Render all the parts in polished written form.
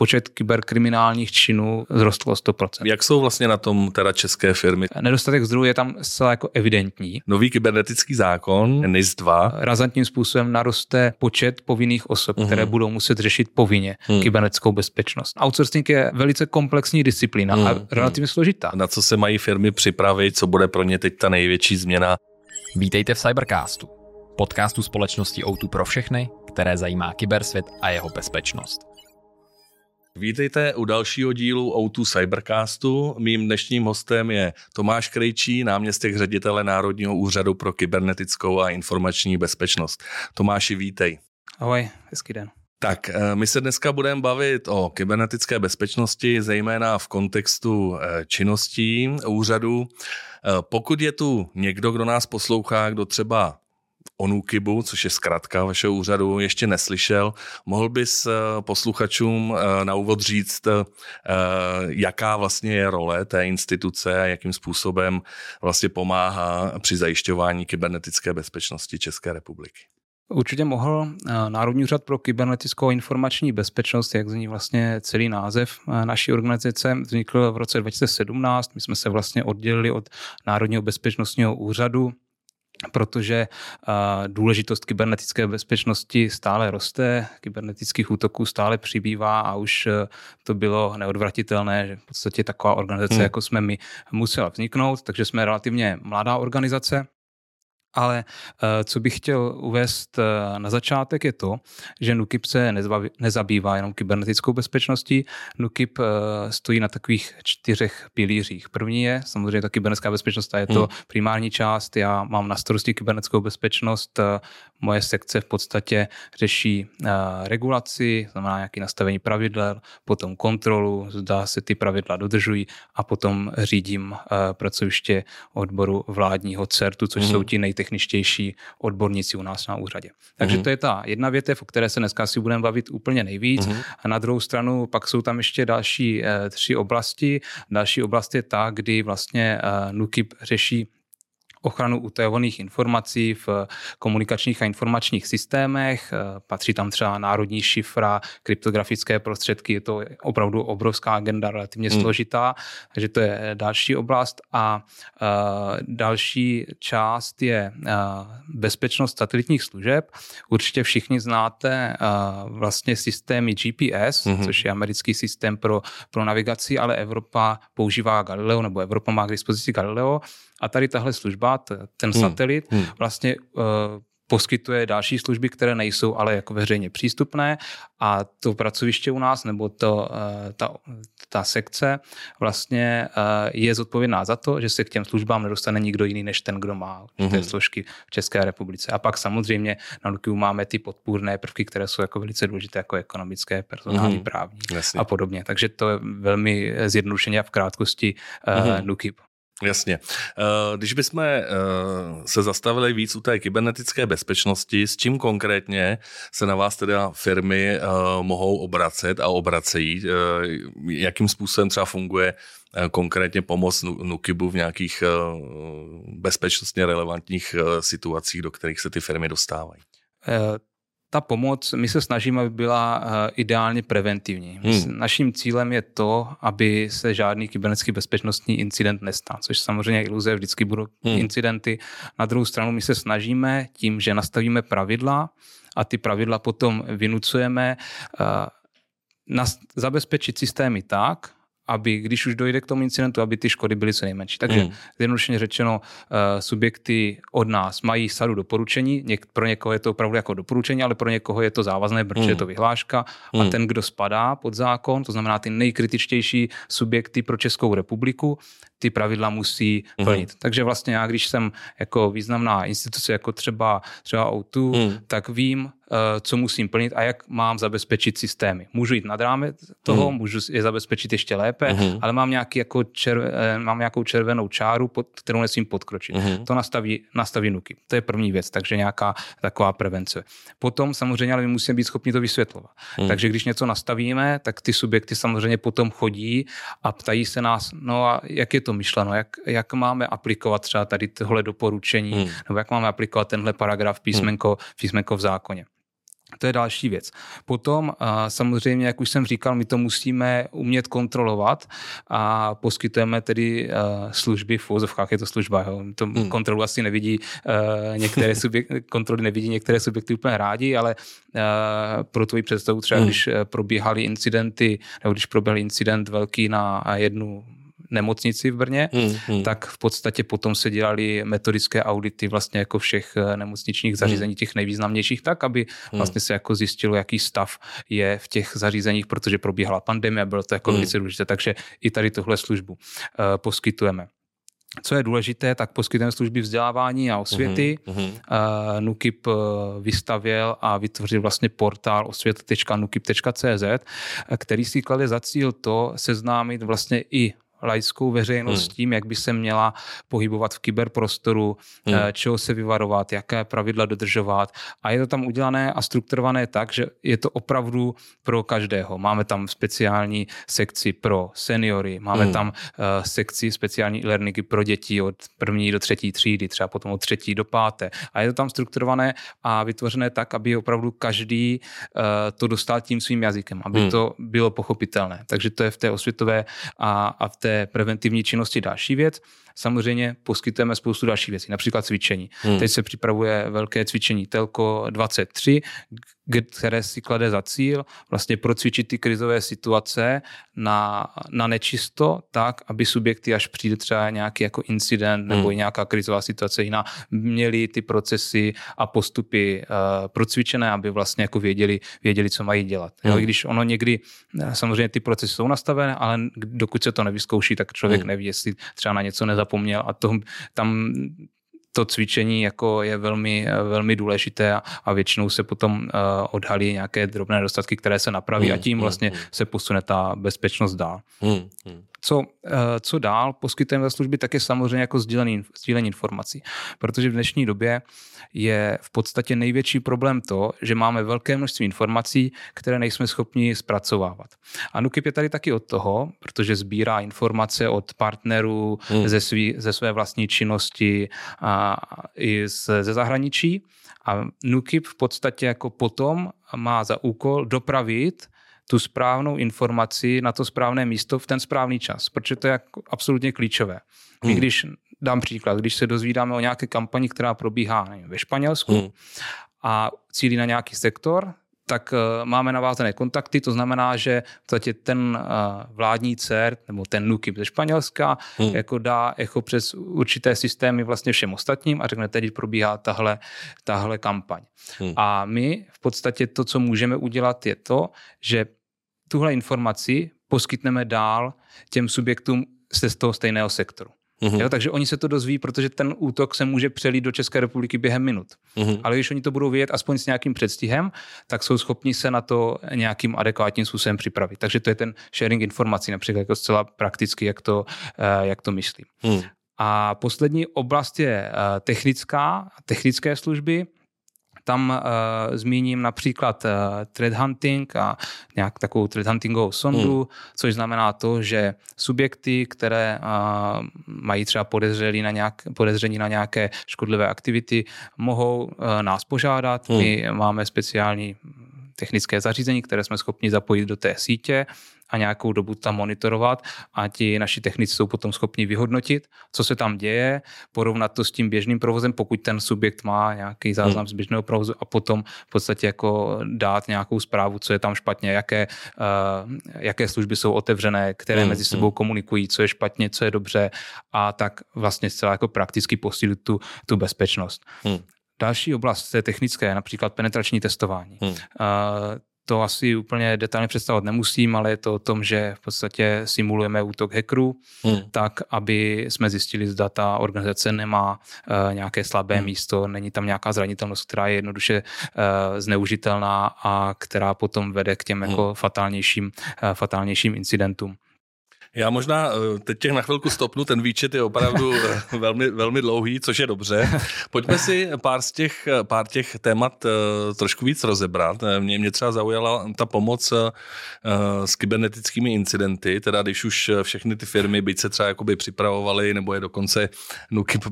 počet kyberkriminálních činů vzrostl o 100%. Jak jsou vlastně na tom teda české firmy? Nedostatek zdrojů je tam zcela jako evidentní. Nový kybernetický zákon NIS 2 razantním způsobem naroste počet povinných osob, které budou muset řešit povinně kybernetickou bezpečnost. Outsourcing je velice komplexní disciplína a relativně složitá. Na co se mají firmy připravit, co bude pro ně teď ta největší změna? Vítejte v Cybercastu, podcastu společnosti O2 pro všechny, které zajímá kybersvět a jeho bezpečnost. Vítejte u dalšího dílu O2 Cybercastu. Mým dnešním hostem je Tomáš Krejčí, náměstek ředitele Národního úřadu pro kybernetickou a informační bezpečnost. Tomáši, vítej. Ahoj, hezký den. Tak, my se dneska budeme bavit o kybernetické bezpečnosti, zejména v kontextu činností úřadu. Pokud je tu někdo, kdo nás poslouchá, kdo třeba o NÚKIBu, což je zkratka vašeho úřadu, ještě neslyšel, mohl bys posluchačům na úvod říct, jaká vlastně je role té instituce a jakým způsobem vlastně pomáhá při zajišťování kybernetické bezpečnosti České republiky? Určitě mohl. Národní úřad pro kybernetickou a informační bezpečnost, jak zní vlastně celý název naší organizace, vznikl v roce 2017. My jsme se vlastně oddělili od Národního bezpečnostního úřadu, protože důležitost kybernetické bezpečnosti stále roste, kybernetických útoků stále přibývá a už to bylo neodvratitelné, že v podstatě taková organizace, jako jsme my, musela vzniknout, takže jsme relativně mladá organizace. Ale co bych chtěl uvést na začátek je to, že NÚKIB se nezabývá jenom kybernetickou bezpečností. NÚKIB stojí na takových 4 pilířích. První je samozřejmě ta kybernetická bezpečnost a je to primární část. Já mám na starosti kybernetickou bezpečnost. Moje sekce v podstatě řeší regulaci, znamená nějaké nastavení pravidel, potom kontrolu, zda se ty pravidla dodržují a potom řídím pracoviště odboru vládního CERTu, což jsou ti nejtechničtější odborníci u nás na úřadě. Takže to je ta jedna větev, o které se dneska si budeme bavit úplně nejvíc. A na druhou stranu pak jsou tam ještě další 3 oblasti. Další oblast je ta, kdy vlastně NÚKIB řeší ochranu utajovaných informací v komunikačních a informačních systémech. Patří tam třeba národní šifra, kryptografické prostředky. Je to opravdu obrovská agenda, relativně složitá. Takže to je další oblast. A další část je bezpečnost satelitních služeb. Určitě všichni znáte vlastně systémy GPS, což je americký systém pro navigaci, ale Evropa používá Galileo, nebo Evropa má k dispozici Galileo. A tady tahle služba, ten satelit, vlastně poskytuje další služby, které nejsou ale jako veřejně přístupné a to pracoviště u nás, nebo ta sekce vlastně je zodpovědná za to, že se k těm službám nedostane nikdo jiný, než ten, kdo má ty složky v České republice. A pak samozřejmě na NÚKIBu máme ty podpůrné prvky, které jsou jako velice důležité, jako ekonomické, personální, právní a podobně. Takže to je velmi zjednodušeně a v krátkosti NÚKIB. Jasně. Když bychom se zastavili víc u té kybernetické bezpečnosti, s čím konkrétně se na vás teda firmy mohou obracet a obracejí? Jakým způsobem třeba funguje konkrétně pomoc NÚKIBu v nějakých bezpečnostně relevantních situacích, do kterých se ty firmy dostávají? Ta pomoc, my se snažíme, aby byla ideálně preventivní. Naším cílem je to, aby se žádný kybernetický bezpečnostní incident nestal, což samozřejmě iluze, vždycky budou incidenty. Na druhou stranu my se snažíme tím, že nastavíme pravidla a ty pravidla potom vynucujeme, zabezpečit systémy tak, aby když už dojde k tomu incidentu, aby ty škody byly co nejmenší. Takže zjednodušeně řečeno, subjekty od nás mají sadu doporučení, pro někoho je to opravdu jako doporučení, ale pro někoho je to závazné, protože je to vyhláška a ten, kdo spadá pod zákon, to znamená ty nejkritičtější subjekty pro Českou republiku, ty pravidla musí plnit. Takže vlastně já, když jsem jako významná instituce, jako třeba O2, tak vím, co musím plnit a jak mám zabezpečit systémy. Můžu jít nad rámec toho, můžu je zabezpečit ještě lépe, ale mám nějakou červenou čáru, kterou nesmím podkročit. To nastaví NÚKIB. To je první věc, takže nějaká taková prevence. Potom samozřejmě ale my musíme být schopni to vysvětlovat. Takže když něco nastavíme, tak ty subjekty samozřejmě potom chodí a ptají se nás, no a jak je to myšleno, jak máme aplikovat třeba tady tohle doporučení, nebo jak máme aplikovat tenhle paragraf písmenko v zákoně. To je další věc. Potom samozřejmě, jak už jsem říkal, my to musíme umět kontrolovat a poskytujeme tedy služby, v uvozovkách je to služba, jo. To kontrolu asi nevidí některé subjekty, kontroly nevidí některé subjekty úplně rádi, ale pro tvoji představu třeba, když probíhaly incidenty, nebo když proběhl incident velký na jednu nemocnici v Brně, tak v podstatě potom se dělaly metodické audity vlastně jako všech nemocničních zařízení, těch nejvýznamnějších, tak, aby vlastně se jako zjistilo, jaký stav je v těch zařízeních, protože probíhala pandemie, bylo to jako velice důležité, takže i tady tuhle službu poskytujeme. Co je důležité, tak poskytujeme služby vzdělávání a osvěty. NÚKIB vystavěl a vytvořil vlastně portál osvěta.nukib.cz, který si klade za cíl to seznámit vlastně i laickou veřejnost tím, jak by se měla pohybovat v kyberprostoru, čeho se vyvarovat, jaké pravidla dodržovat. A je to tam udělané a strukturované tak, že je to opravdu pro každého. Máme tam speciální sekci pro seniory, máme tam sekci speciální e-learningy pro děti od 1. do 3. třídy, třeba potom od 3. do 5. A je to tam strukturované a vytvořené tak, aby opravdu každý to dostal tím svým jazykem, aby to bylo pochopitelné. Takže to je v té osvětové a v té preventivní činnosti další věc. Samozřejmě poskytujeme spoustu dalších věcí, například cvičení. Teď se připravuje velké cvičení Telko 23, které si klade za cíl vlastně procvičit ty krizové situace na nečisto, tak, aby subjekty, až přijde třeba nějaký jako incident nebo nějaká krizová situace jiná, měli ty procesy a postupy procvičené, aby vlastně jako věděli, co mají dělat. Jo, i když ono někdy, samozřejmě ty procesy jsou nastavené, ale dokud se to nevyzkouší, tak člověk neví, jestli třeba na něco nezapomněl a tam to cvičení jako je velmi, velmi důležité a většinou se potom odhalí nějaké drobné nedostatky, které se napraví a tím vlastně se posune ta bezpečnost dál. Co dál poskytujeme služby, tak je samozřejmě jako sdílení informací. Protože v dnešní době je v podstatě největší problém to, že máme velké množství informací, které nejsme schopni zpracovávat. A NÚKIB je tady taky od toho, protože sbírá informace od partnerů ze své vlastní činnosti a i ze zahraničí. A NÚKIB v podstatě jako potom má za úkol dopravit tu správnou informaci na to správné místo v ten správný čas, protože to je jako absolutně klíčové. Když dám příklad, když se dozvídáme o nějaké kampani, která probíhá ve Španělsku a cílí na nějaký sektor, tak máme navázané kontakty, to znamená, že ten vládní CERT nebo ten NÚKIB ze Španělska jako dá echo přes určité systémy vlastně všem ostatním a řekne, teď probíhá tahle kampaň. A my v podstatě to, co můžeme udělat, je to, že tuhle informaci poskytneme dál těm subjektům z toho stejného sektoru. Jo, takže oni se to dozví, protože ten útok se může přelít do České republiky během minut. Ale když oni to budou vědět aspoň s nějakým předstihem, tak jsou schopni se na to nějakým adekvátním způsobem připravit. Takže to je ten sharing informací, například jako zcela prakticky, jak to myslím. A poslední oblast je technické služby. Tam zmíním například threat hunting a nějak takovou threat huntingovou sondu, což znamená to, že subjekty, které mají třeba podezření na nějaké škodlivé aktivity, mohou nás požádat. My máme speciální technické zařízení, které jsme schopni zapojit do té sítě a nějakou dobu tam monitorovat a ti naši technici jsou potom schopni vyhodnotit, co se tam děje, porovnat to s tím běžným provozem, pokud ten subjekt má nějaký záznam z běžného provozu a potom v podstatě jako dát nějakou zprávu, co je tam špatně, jaké služby jsou otevřené, které mezi sebou komunikují, co je špatně, co je dobře a tak vlastně zcela jako prakticky posílit tu bezpečnost. Další oblast je technické, například penetrační testování. To asi úplně detailně představovat nemusím, ale je to o tom, že v podstatě simulujeme útok hackerů, tak, aby jsme zjistili, zda ta organizace nemá nějaké slabé místo, není tam nějaká zranitelnost, která je jednoduše zneužitelná a která potom vede k těm jako fatálnějším incidentům. Já možná teď těch na chvilku stopnu, ten výčet je opravdu velmi, velmi dlouhý, což je dobře. Pojďme si pár těch témat trošku víc rozebrat. Mě třeba zaujala ta pomoc s kybernetickými incidenty, teda když už všechny ty firmy, byť se třeba jakoby připravovaly, nebo je dokonce NÚKIB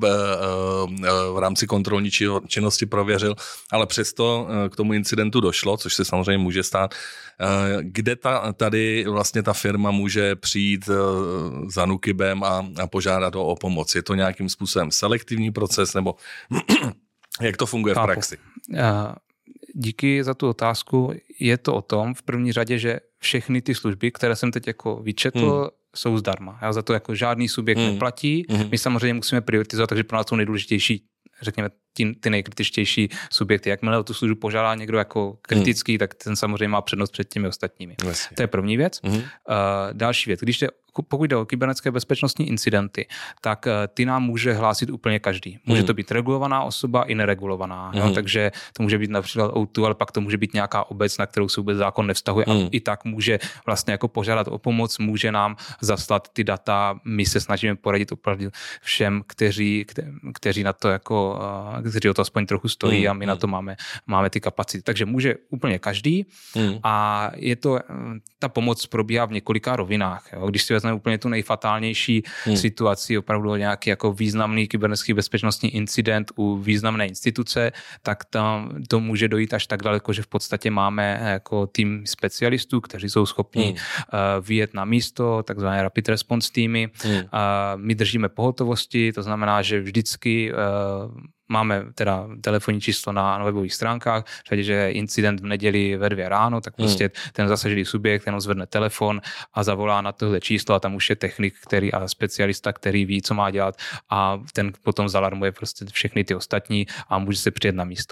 v rámci kontrolní činnosti prověřil, ale přesto k tomu incidentu došlo, což se samozřejmě může stát. Kde tady vlastně ta firma může přijít za NÚKIBem a požádat o pomoc? Je to nějakým způsobem selektivní proces, nebo jak to funguje v praxi? Díky za tu otázku. Je to o tom v první řadě, že všechny ty služby, které jsem teď jako vyčetl, jsou zdarma. Za to jako žádný subjekt neplatí. My samozřejmě musíme prioritizovat, takže pro nás jsou nejdůležitější, řekněme, ty nejkritičtější subjekty. Jakmile o tu službu požádá někdo jako kritický, tak ten samozřejmě má přednost před těmi ostatními. Vlastně. To je první věc. Další věc. Pokud jde o kybernetické bezpečnostní incidenty, tak ty nám může hlásit úplně každý. Může to být regulovaná osoba i neregulovaná. Takže to může být například O2, ale pak to může být nějaká obec, na kterou se vůbec zákon nevztahuje a i tak může vlastně jako požádat o pomoc, může nám zaslat ty data. My se snažíme poradit opravdu všem, kteří na to jako, kteří o to aspoň trochu stojí a my na to máme ty kapacity. Takže může úplně každý a je to, ta pomoc probíhá v několika rovinách. Jo. Když si vezmeme úplně tu nejfatálnější situaci, opravdu nějaký jako významný kybernetický bezpečnostní incident u významné instituce, tak tam to může dojít až tak daleko, že v podstatě máme jako tým specialistů, kteří jsou schopni vyjet na místo, takzvané rapid response týmy. My držíme pohotovosti, to znamená, že vždycky máme teda telefonní číslo na webových stránkách, že je incident v neděli ve 2 ráno, tak prostě ten zasažený subjekt jenom zvedne telefon a zavolá na tohle číslo a tam už je technik, a specialista, který ví, co má dělat a ten potom zalarmuje prostě všechny ty ostatní a může se přijet na místo.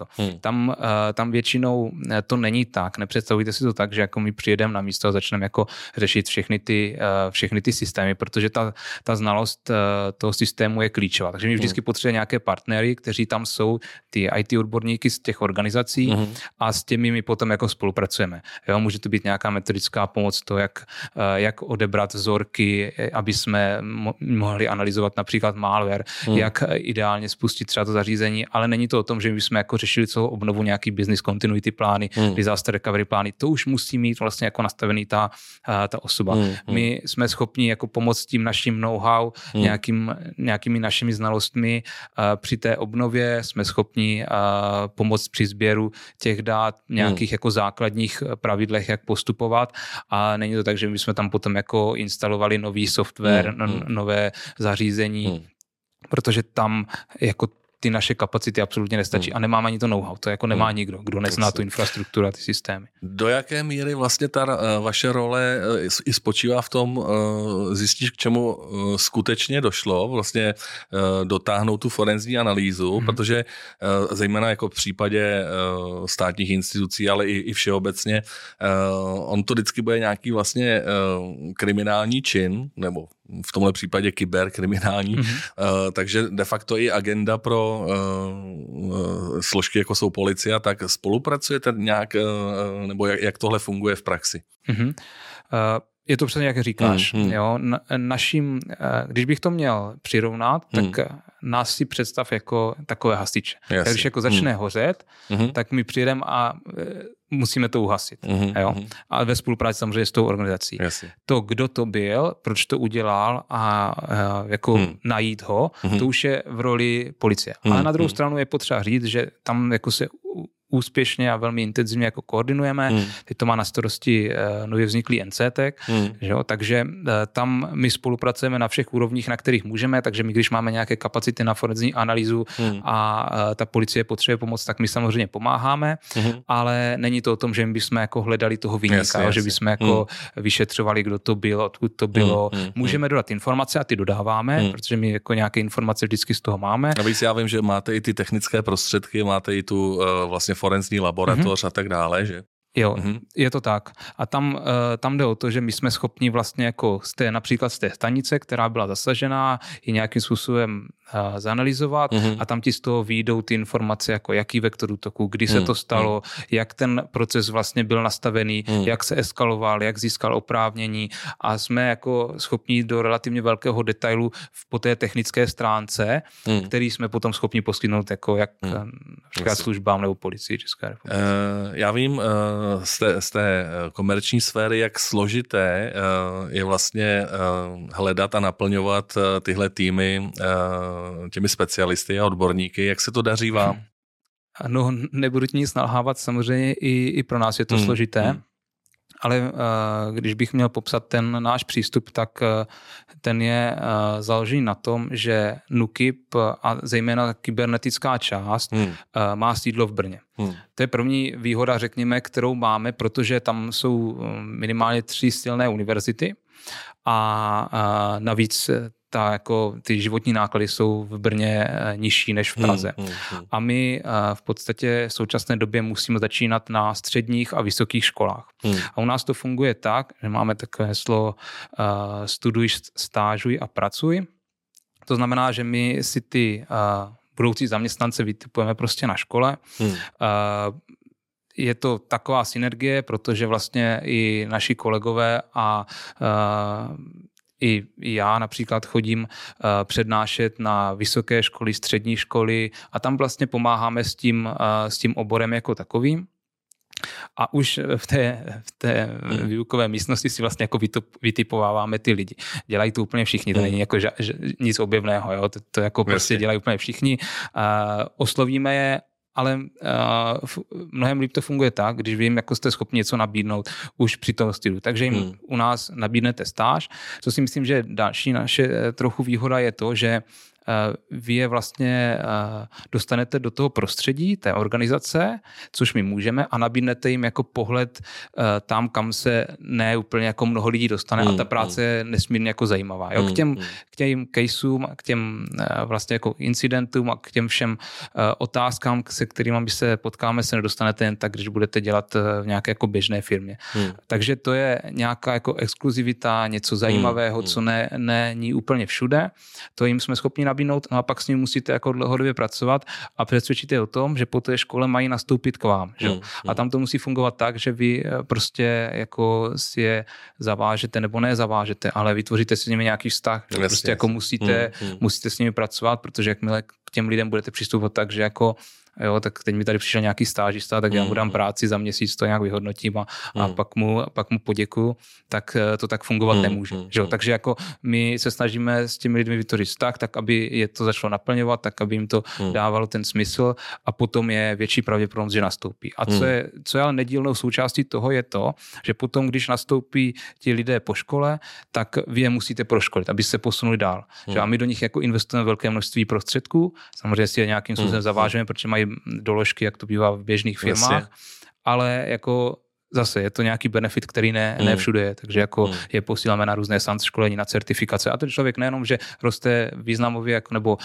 Tam většinou to není tak. Nepředstavujte si to tak, že jako my přijedeme na místo a začneme jako řešit všechny ty systémy, protože ta znalost toho systému je klíčová. Takže my vždycky potřebujeme nějaké partnery, kteří tam jsou ty IT odborníky z těch organizací a s těmi my potom jako spolupracujeme. Jo, může to být nějaká metodická pomoc, to jak odebrat vzorky, aby jsme mohli analyzovat například malware, jak ideálně spustit třeba to zařízení, ale není to o tom, že my jsme jako řešili celou obnovu nějaký business continuity plány, disaster recovery plány, to už musí mít vlastně jako nastavený ta osoba. My jsme schopni jako pomoct tím naším know-how, nějakými našimi znalostmi při té obnově, jsme schopni pomoct při sběru těch dat, nějakých jako základních pravidlech, jak postupovat a není to tak, že my jsme tam potom jako instalovali nový software, nové zařízení, protože tam jako ty naše kapacity absolutně nestačí a nemáme ani to know-how. To jako nemá nikdo, kdo nezná tu infrastrukturu a ty systémy. Do jaké míry vlastně ta vaše role i spočívá v tom zjistit, k čemu skutečně došlo, vlastně dotáhnout tu forenzní analýzu, protože zejména jako v případě státních institucí, ale i všeobecně, on to vždycky bude nějaký vlastně kriminální čin, nebo v tomhle případě kyberkriminální, takže de facto i agenda pro složky, jako jsou policie, tak spolupracujete nějak, nebo jak tohle funguje v praxi? Je to přesně, jak říkáš. Jo? Když bych to měl přirovnat, tak nás si představ jako takové hasiče. Tak když jako začne hořet, tak my přijedeme a musíme to uhasit. Jo? A ve spolupráci samozřejmě s tou organizací. To, kdo to byl, proč to udělal a jako najít ho, to už je v roli policie. Ale na druhou stranu je potřeba říct, že tam jako se úspěšně a velmi intenzivně jako koordinujeme. Teď to má na starosti nově vzniklý NCTEC, takže tam my spolupracujeme na všech úrovních, na kterých můžeme, takže my, když máme nějaké kapacity na forenzní analýzu a ta policie potřebuje pomoc, tak my samozřejmě pomáháme, ale není to o tom, že my bychom jako hledali toho viníka, že bychom jako vyšetřovali, kdo to byl, odkud to bylo. Můžeme dodat informace a ty dodáváme, protože my jako nějaké informace vždycky z toho máme. Navíc já vím, že máte i ty technické prostředky, máte i tu vlastně forenzní laboratoř a tak dále, že? Jo, je to tak. A tam jde o to, že my jsme schopni vlastně jako například z té stanice, která byla zasažená, ji nějakým způsobem zanalyzovat a tam ti z toho vyjdou ty informace, jako jaký vektor útoku, kdy se to stalo, jak ten proces vlastně byl nastavený, jak se eskaloval, jak získal oprávnění a jsme jako schopni jít do relativně velkého detailu po té technické stránce, který jsme potom schopni poskytnout jako jak například službám nebo policii České republiky. Já vím z té komerční sféry, jak složité je vlastně hledat a naplňovat tyhle týmy těmi specialisty a odborníky. Jak se to daří vám? No, nebudu ti nic nalhávat, samozřejmě i pro nás je to složité, ale když bych měl popsat ten náš přístup, tak ten je založený na tom, že NÚKIB a zejména kybernetická část má sídlo v Brně. To je první výhoda, řekněme, kterou máme, protože tam jsou minimálně 3 silné univerzity a navíc ty životní náklady jsou v Brně nižší než v Praze. A my v podstatě v současné době musíme začínat na středních a vysokých školách. A u nás to funguje tak, že máme takové heslo studuj, stážuj a pracuj. To znamená, že my si ty budoucí zaměstnance vytipujeme prostě na škole. Je to taková synergie, protože vlastně i naši kolegové a i já například chodím přednášet na vysoké školy, střední školy a tam vlastně pomáháme s tím oborem jako takovým. A už v té výukové místnosti si vlastně jako vytipováváme ty lidi. Dělají to úplně všichni, to není jako nic objevného, jo? To jako prostě dělají úplně všichni. Oslovíme je, ale mnohem líp to funguje tak, když vím, jako jste schopni něco nabídnout už při tom stylu. Takže jim u nás nabídnete stáž. Co si myslím, že další naše trochu výhoda je to, že vy je vlastně dostanete do toho prostředí, té organizace, což my můžeme a nabídnete jim jako pohled tam, kam se ne úplně jako mnoho lidí dostane a ta práce je nesmírně jako zajímavá. Jo? K těm caseům, k těm vlastně jako incidentům a k těm všem otázkám, se kterými my se potkáme, se nedostanete jen tak, když budete dělat v nějaké jako běžné firmě. Takže to je nějaká jako exkluzivita, něco zajímavého, co není úplně všude. To jim jsme schopni nabídnout, no a pak s ním musíte jako dlouhodobě pracovat a přesvědčit je o tom, že po té škole mají nastoupit k vám. Že? A tam to musí fungovat tak, že vy prostě jako si je zavážete nebo ne zavážete, ale vytvoříte si s nimi nějaký vztah. Že? Prostě jako musíte s nimi pracovat, protože jakmile k těm lidem budete přistupovat tak, že jako jo, tak teď mi tady přišel nějaký stážista, tak já mu dám práci za měsíc, to nějak vyhodnotím a pak mu poděkuju, tak to tak fungovat nemůže. Že jo? Takže jako my se snažíme s těmi lidmi vytvořit vztah, tak aby je to začalo naplňovat, tak aby jim to dávalo ten smysl a potom je větší pravděpodobnost, že nastoupí. A co je ale nedílnou součástí toho je to, že potom, když nastoupí ti lidé po škole, tak vy je musíte proškolit, aby se posunuli dál. Že? A my do nich jako investujeme velké množství prostředků, samozřejmě si je nějakým způsobem zavážeme, protože mají doložky, jak to bývá v běžných firmách, ale jako zase je to nějaký benefit, který ne všude je, takže jako je posíláme na různé školení, na certifikace a ten člověk nejenom, že roste významově jako, nebo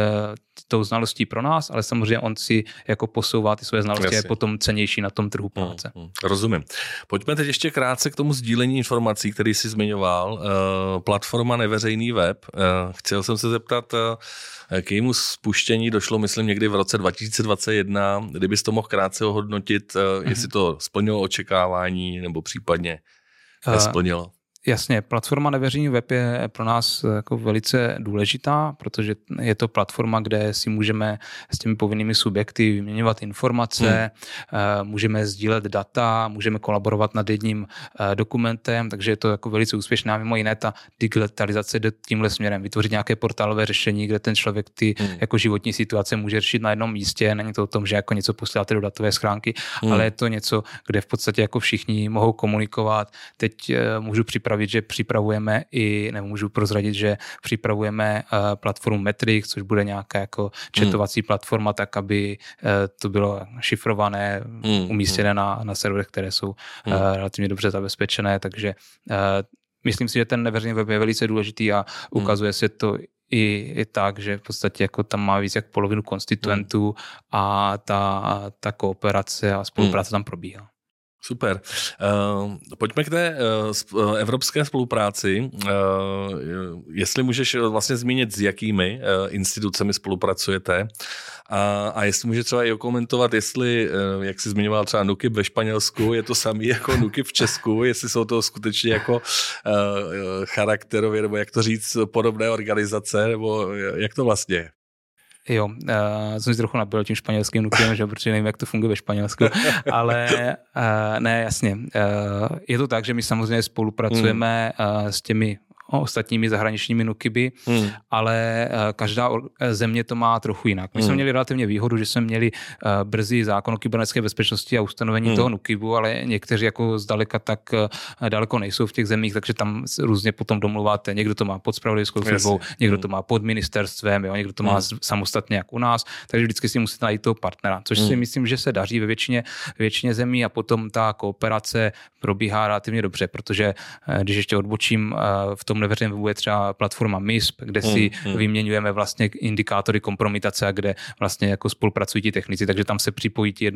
tou znalostí pro nás, ale samozřejmě on si jako posouvá ty své znalosti a je potom cennější na tom trhu práce. Rozumím. Pojďme teď ještě krátce k tomu sdílení informací, který jsi zmiňoval. Platforma Neveřejný web. Chtěl jsem se zeptat, k jejímu spuštění došlo, myslím, někdy v roce 2021. Kdybys to mohl krátce ohodnotit, jestli to splnilo očekávání nebo případně nesplnilo. Jasně, platforma Neveřejný web je pro nás jako velice důležitá, protože je to platforma, kde si můžeme s těmi povinnými subjekty vyměňovat informace, můžeme sdílet data, můžeme kolaborovat nad jedním dokumentem, takže je to jako velice úspěšná. Mimo jiné ta digitalizace jde tímhle směrem, vytvořit nějaké portálové řešení, kde ten člověk ty jako životní situace může řešit na jednom místě. Není to o tom, že jako něco posíláte do datové schránky, ale je to něco, kde v podstatě jako všichni mohou komunikovat. Teď můžu že připravujeme nebo můžu prozradit, že připravujeme platformu Metrix, což bude nějaká jako chatovací platforma, tak aby to bylo šifrované, umístěné na serverech, které jsou relativně dobře zabezpečené, takže myslím si, že ten neveřejný web je velice důležitý a ukazuje se to i tak, že v podstatě jako tam má víc jak polovinu konstituentů a ta kooperace a spolupráce tam probíhá. Super. Pojďme k té evropské spolupráci. Jestli můžeš vlastně zmínit, s jakými institucemi spolupracujete a jestli může třeba i okomentovat, jestli, jak jsi zmiňoval třeba NÚKIB ve Španělsku, je to samý jako NÚKIB v Česku, jestli jsou to skutečně jako charakterově, nebo jak to říct, podobné organizace, nebo jak to vlastně je? Jo, jsem si trochu nabil tím španělským NÚKIBem, že, protože nevím, jak to funguje ve Španělsku, ale ne, jasně. Je to tak, že my samozřejmě spolupracujeme s těmi ostatními zahraničními NÚKIBy, ale každá země to má trochu jinak. My jsme měli relativně výhodu, že jsme měli brzy zákon o kybernetické bezpečnosti a ustanovení toho NÚKIBu, ale někteří jako zdaleka tak daleko nejsou v těch zemích, takže tam různě potom domluváte. Někdo to má pod zpravodajskou službou, někdo to má pod ministerstvem, jo, někdo to má samostatně jak u nás, takže vždycky si musíte najít toho partnera, což si myslím, že se daří ve většině zemí a potom ta kooperace probíhá relativně dobře, protože když ještě odbočím, v tom neveřejném webu je třeba platforma MISP, kde si vyměňujeme vlastně indikátory kompromitace a kde vlastně jako spolupracují ti technici, takže tam se připojí ty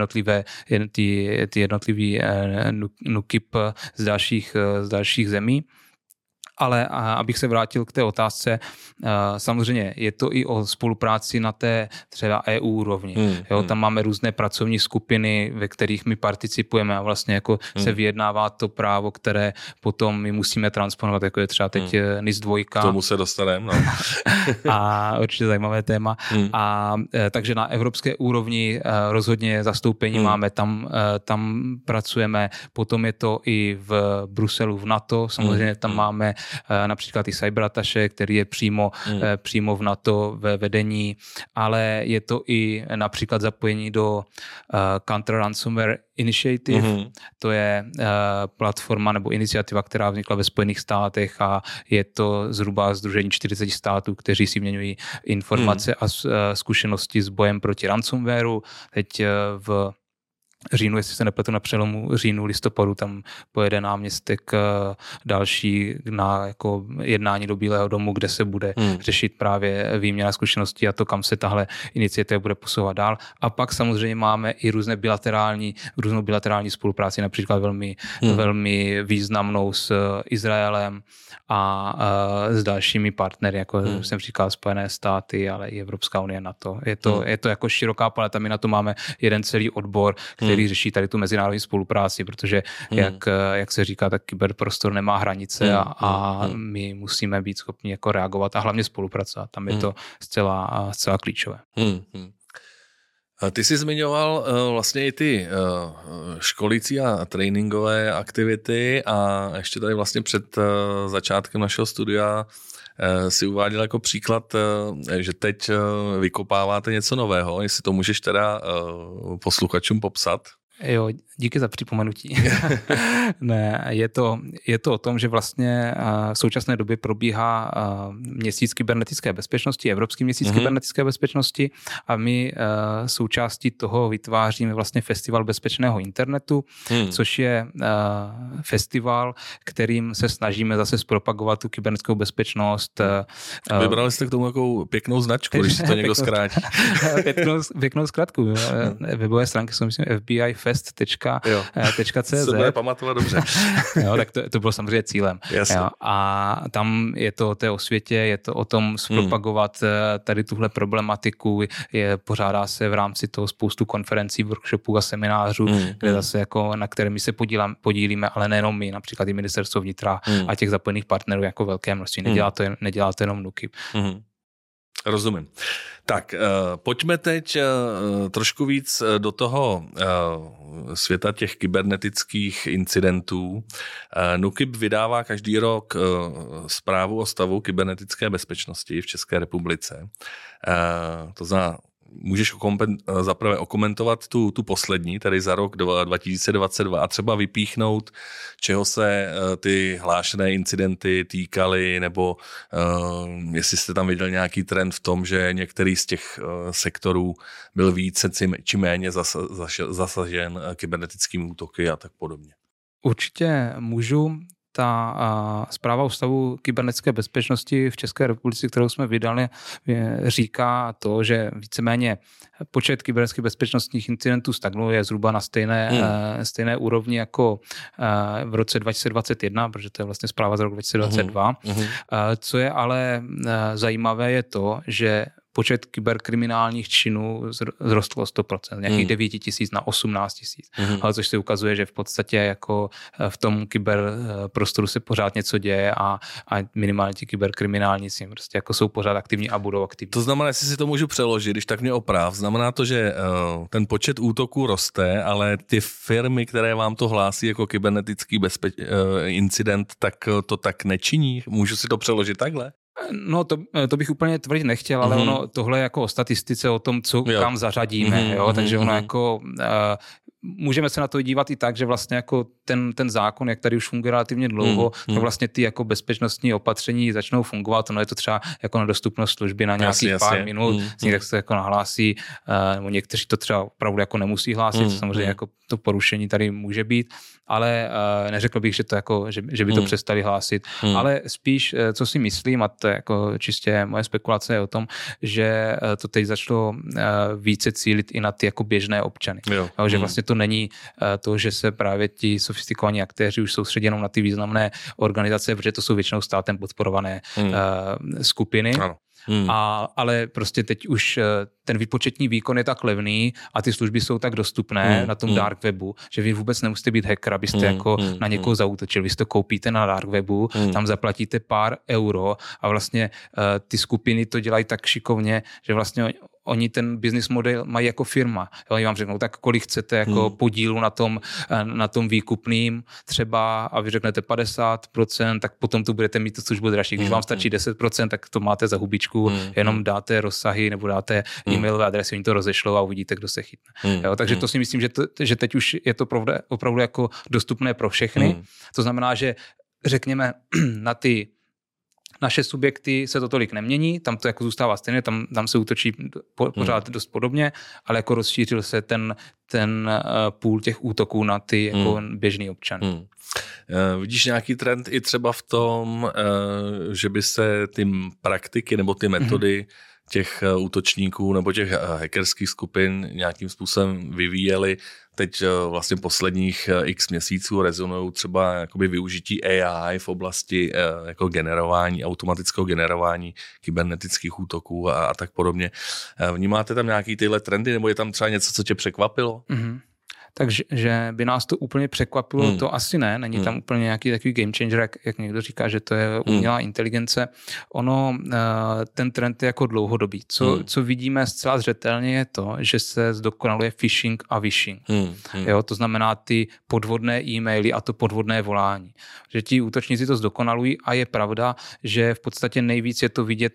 jednotlivý NÚKIB z dalších zemí. Ale abych se vrátil k té otázce, samozřejmě je to i o spolupráci na té třeba EU úrovni. Tam máme různé pracovní skupiny, ve kterých my participujeme a vlastně jako se vyjednává to právo, které potom my musíme transponovat, jako je třeba teď NIS 2. K tomu se dostaneme. No. A určitě zajímavé téma. A takže na evropské úrovni rozhodně zastoupení máme, tam pracujeme, potom je to i v Bruselu v NATO, samozřejmě tam máme například i cyberataše, který je přímo v NATO ve vedení, ale je to i například zapojení do Counter Ransomware Initiative, to je platforma nebo iniciativa, která vznikla ve Spojených státech a je to zhruba sdružení 40 států, kteří si měňují informace a zkušenosti s bojem proti ransomwareu. Teď v říjnu, jestli se nepletu, na přelomu říjnu, listopadu, tam pojede náměstek další na jako jednání do Bílého domu, kde se bude řešit právě výměna zkušeností a to, kam se tahle iniciativa bude posouvat dál. A pak samozřejmě máme i různou bilaterální spolupráci, například velmi významnou s Izraelem a s dalšími partnery, jako jsem říkal, Spojené státy, ale i Evropská unie, NATO. Je to jako široká paleta, my na to máme jeden celý odbor, který řeší tady tu mezinárodní spolupráci, protože jak se říká, tak kyberprostor nemá hranice a my musíme být schopni jako reagovat a hlavně spolupracovat. Tam je to zcela klíčové. Ty jsi zmiňoval vlastně i ty školící a tréninkové aktivity a ještě tady vlastně před začátkem našeho studia si uváděl jako příklad, že teď vykopáváte něco nového, jestli to můžeš teda posluchačům popsat. Jo, díky za připomenutí. Ne, je to o tom, že vlastně v současné době probíhá měsíc kybernetické bezpečnosti, Evropský měsíc kybernetické bezpečnosti a my součástí toho vytváříme vlastně festival bezpečného internetu, což je festival, kterým se snažíme zase zpropagovat tu kybernetickou bezpečnost. Vybrali jste k tomu jakou pěknou značku, když si to někdo zkrátí. Pěknou zkrátku. Webové stránky jsou, myslím, fbifest.cz. Se bude pamatovat dobře. Jo, tak to bylo samozřejmě cílem. Jo, a tam je to o té osvětě, je to o tom zpropagovat tady tuhle problematiku. Pořádá se v rámci toho spoustu konferencí, workshopů a seminářů, kde zase jako, na které my se podílíme, ale nejenom my, například i ministerstvo vnitra a těch zapojených partnerů jako velké množství. Nedělá to jenom NÚKIB. Rozumím. Tak, pojďme teď trošku víc do toho světa těch kybernetických incidentů. NÚKIB vydává každý rok zprávu o stavu kybernetické bezpečnosti v České republice. To znamená, můžeš zaprvé okomentovat tu poslední, tedy za rok 2022 a třeba vypíchnout, čeho se ty hlášené incidenty týkaly, nebo jestli jste tam viděl nějaký trend v tom, že některý z těch sektorů byl více či méně zasažen kybernetickými útoky a tak podobně. Určitě můžu. ta zpráva o stavu kybernetické bezpečnosti v České republice, kterou jsme vydali, říká to, že víceméně počet kybernetických bezpečnostních incidentů stagnuje zhruba na stejné úrovni jako v roce 2021, protože to je vlastně zpráva z roku 2022. Co je ale zajímavé je to, že počet kyberkriminálních činů zrostl o 100%, nějakých 9 000 na 18 000. Ale což se ukazuje, že v podstatě jako v tom kyberprostoru se pořád něco děje a minimálně ti kyberkriminálníci prostě jako jsou pořád aktivní a budou aktivní. To znamená, jestli si to můžu přeložit, když tak mě oprav, znamená to, že ten počet útoků roste, ale ty firmy, které vám to hlásí jako kybernetický incident, tak to tak nečiní? Můžu si to přeložit takhle? No to bych úplně tvrdit nechtěl, ale ono tohle je jako o statistice, o tom, co kam zařadíme, takže ono jako můžeme se na to dívat i tak, že vlastně jako ten zákon, jak tady už funguje relativně dlouho, to vlastně ty jako bezpečnostní opatření začnou fungovat, ono je to třeba jako na dostupnost služby na nějakých pár minut, někde se jako nahlásí, nebo někteří to třeba opravdu jako nemusí hlásit, samozřejmě jako to porušení tady může být, ale neřekl bych, že to jako, že by to přestali hlásit, ale spíš, co si myslím, a to je jako čistě moje spekulace je o tom, že to teď začalo více cílit i na ty jako běžné občany. Že vlastně to není to, že se právě ti sofistikovaní aktéři už soustředí jenom na ty významné organizace, protože to jsou většinou státem podporované skupiny. Ano. Ale prostě teď už ten výpočetní výkon je tak levný a ty služby jsou tak dostupné na tom dark webu, že vy vůbec nemusíte být hacker, abyste jako na někoho zaútočili. Vy si to koupíte na dark webu, tam zaplatíte pár euro a vlastně ty skupiny to dělají tak šikovně, že vlastně oni ten business model mají jako firma. Oni vám řeknou, tak kolik chcete jako podílu na tom výkupným třeba a vy řeknete 50%, tak potom tu budete mít tu službu dražší. Když vám stačí 10%, tak to máte za hubičku, jenom dáte rozsahy nebo dáte e-mailové adresy, oni to rozešlou a uvidíte, kdo se chytne. Takže to si myslím, že teď už je to opravdu jako dostupné pro všechny. To znamená, že řekněme na ty naše subjekty se to tolik nemění, tam to jako zůstává stejně, tam se útočí pořád dost podobně, ale jako rozšířil se ten půl těch útoků na ty jako běžný občany. Vidíš nějaký trend i třeba v tom, že by se ty praktiky nebo ty metody těch útočníků nebo těch hackerských skupin nějakým způsobem vyvíjely? Teď vlastně posledních x měsíců rezonují třeba jakoby využití AI v oblasti jako generování, automatického generování kybernetických útoků a tak podobně. Vnímáte tam nějaký tyhle trendy, nebo je tam třeba něco, co tě překvapilo? Takže že by nás to úplně překvapilo, to asi ne. Není tam úplně nějaký takový game changer, jak někdo říká, že to je umělá inteligence. Ono, ten trend je jako dlouhodobý. Co vidíme zcela zřetelně je to, že se zdokonaluje phishing a vishing. To znamená ty podvodné e-maily a to podvodné volání. Že ti útočníci to zdokonalují a je pravda, že v podstatě nejvíc je to vidět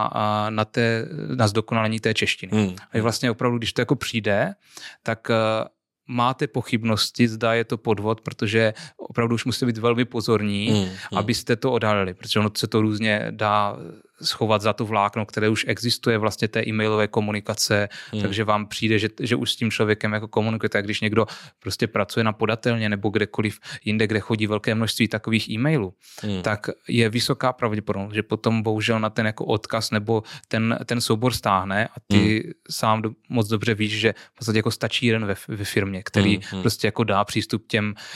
na zdokonalení té češtiny. A vlastně opravdu, když to jako přijde, tak máte pochybnosti, zda je to podvod, protože opravdu už musíte být velmi pozorní, abyste to odhalili, protože ono se to různě dá schovat za to vlákno, které už existuje vlastně té e-mailové komunikace, takže vám přijde, že už s tím člověkem jako komunikujete, a když někdo prostě pracuje na podatelně nebo kdekoliv jinde, kde chodí velké množství takových e-mailů, tak je vysoká pravděpodobnost, že potom bohužel na ten jako odkaz nebo ten soubor stáhne a ty sám moc dobře víš, že v podstatě jako stačí jeden ve firmě, který prostě jako dá přístup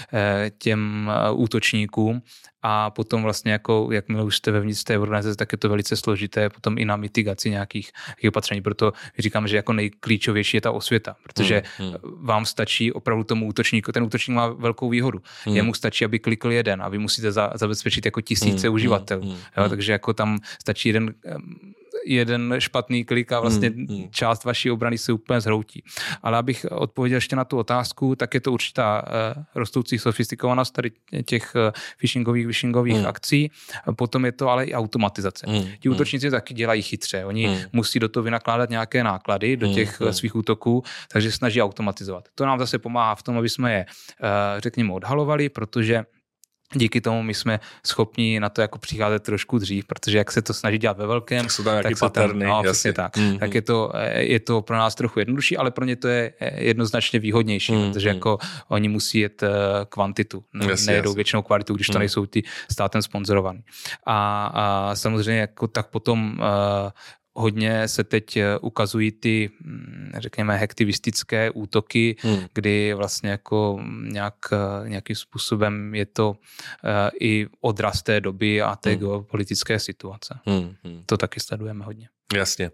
těm útočníkům a potom vlastně jako, jakmile už jste vevnitř té organizace, tak je to velice složité potom i na mitigaci nějakých opatření. Proto říkám, že jako nejklíčovější je ta osvěta, protože vám stačí opravdu tomu útočníku, ten útočník má velkou výhodu. Jemu stačí, aby klikl jeden a vy musíte zabezpečit jako tisíce uživatelů. Takže jako tam stačí jeden špatný klik a vlastně část vaší obrany se úplně zhroutí. Ale abych odpověděl ještě na tu otázku, tak je to určitá rostoucí sofistikovanost tady těch phishingových akcí. Potom je to ale i automatizace. Ti útočníci taky dělají chytře. Oni musí do toho vynakládat nějaké náklady do těch svých útoků, takže snaží automatizovat. To nám zase pomáhá v tom, aby jsme je, řekněme, odhalovali, protože díky tomu my jsme schopni na to jako přicházet trošku dřív, protože jak se to snaží dělat ve velkém, jsou tam tak paterny, přesně tak. Tak je to pro nás trochu jednodušší, ale pro ně to je jednoznačně výhodnější, protože jako oni musí jet kvantitu, nejedou většinou kvalitu, když to nejsou ty státem sponzorovaný. A samozřejmě jako tak potom hodně se teď ukazují ty, řekněme, hektivistické útoky, kdy vlastně jako nějakým způsobem je to i odraz té doby a té geopolitické situace. To taky sledujeme hodně. Jasně.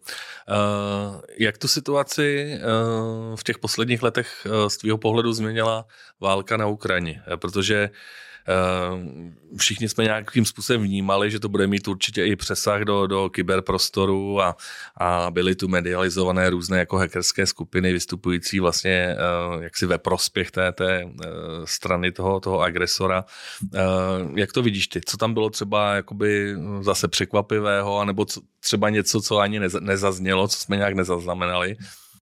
Jak tu situaci v těch posledních letech z tvýho pohledu změnila válka na Ukrajině? Protože všichni jsme nějakým způsobem vnímali, že to bude mít určitě i přesah do kyberprostoru a byly tu medializované různé jako hackerské skupiny vystupující vlastně jaksi ve prospěch té strany toho agresora. Jak to vidíš ty? Co tam bylo třeba jakoby zase překvapivého, anebo třeba něco, co ani nezaznělo, co jsme nějak nezaznamenali?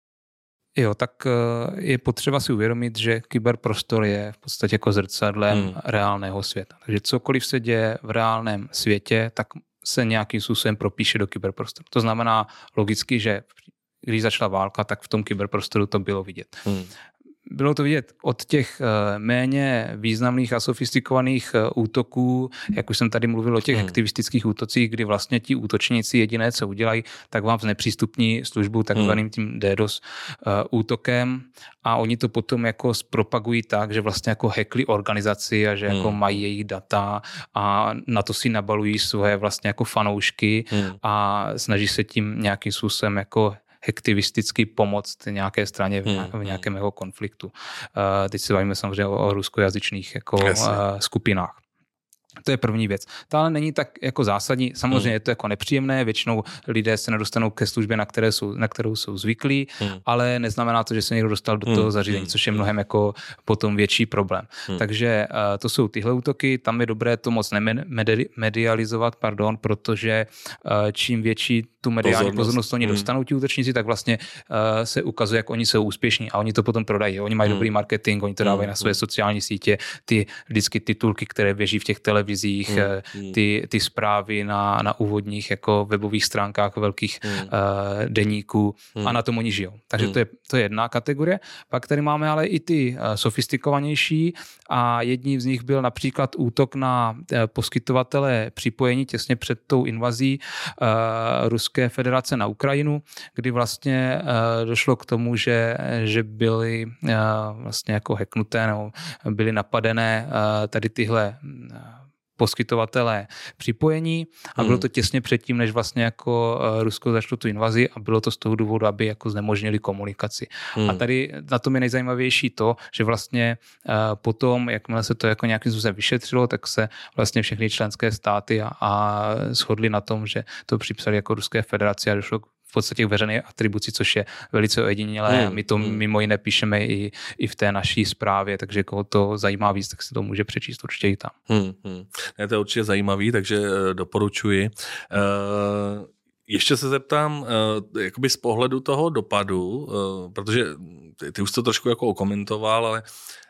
Jo, tak je potřeba si uvědomit, že kyberprostor je v podstatě jako zrcadlem reálného světa. Takže cokoliv se děje v reálném světě, tak se nějakým způsobem propíše do kyberprostoru. To znamená logicky, že když začala válka, tak v tom kyberprostoru to bylo vidět. Bylo to vidět od těch méně významných a sofistikovaných útoků, jak už jsem tady mluvil o těch aktivistických útocích, kdy vlastně ti útočníci jediné, co udělají, tak vám znepřístupní službu takzvaným tím DDoS útokem a oni to potom jako zpropagují tak, že vlastně jako hackli organizaci a že jako mají jejich data a na to si nabalují svoje vlastně jako fanoušky a snaží se tím nějakým způsobem jako aktivisticky pomoct nějaké straně v nějakém jeho konfliktu. Teď se bavíme samozřejmě o ruskojazyčných jako skupinách. To je první věc. To ale není tak jako zásadní. Samozřejmě je to jako nepříjemné, většinou lidé se nedostanou ke službě, na kterou jsou zvyklí, ale neznamená to, že se někdo dostal do toho zařízení, což je mnohem jako potom větší problém. Takže to jsou tyhle útoky, tam je dobré to moc medializovat, protože čím větší tu mediální pozornost oni dostanou ti útočníci, tak vlastně se ukazuje, jak oni jsou úspěšní a oni to potom prodají. Oni mají dobrý marketing, oni to dávají na své sociální sítě, ty vždycky titulky, které běží v těch televizích, ty zprávy na úvodních jako webových stránkách velkých deníků a na tom oni žijou. Takže to je jedna kategorie. Pak tady máme ale i ty sofistikovanější a jedním z nich byl například útok na poskytovatele připojení těsně před tou invazí Ruské federace na Ukrajinu, kdy vlastně došlo k tomu, že byly vlastně jako hacknuté nebo byly napadené tady tyhle poskytovatelé připojení a bylo to těsně předtím, než vlastně jako Rusko začalo tu invazi a bylo to z toho důvodu, aby jako znemožnili komunikaci. A tady na tom je nejzajímavější to, že vlastně potom, jakmile se to jako nějakým způsobem vyšetřilo, tak se vlastně všechny členské státy a shodli na tom, že to připsali jako Ruské federaci a došlo v podstatě k veřejné atribuci, což je velice ojedinělé a my to mimo jiné píšeme i v té naší zprávě, takže koho to zajímá víc, tak si to může přečíst určitě i tam. To je určitě zajímavý, takže doporučuji. Ještě se zeptám, jakoby z pohledu toho dopadu, protože ty už to trošku jako okomentoval, ale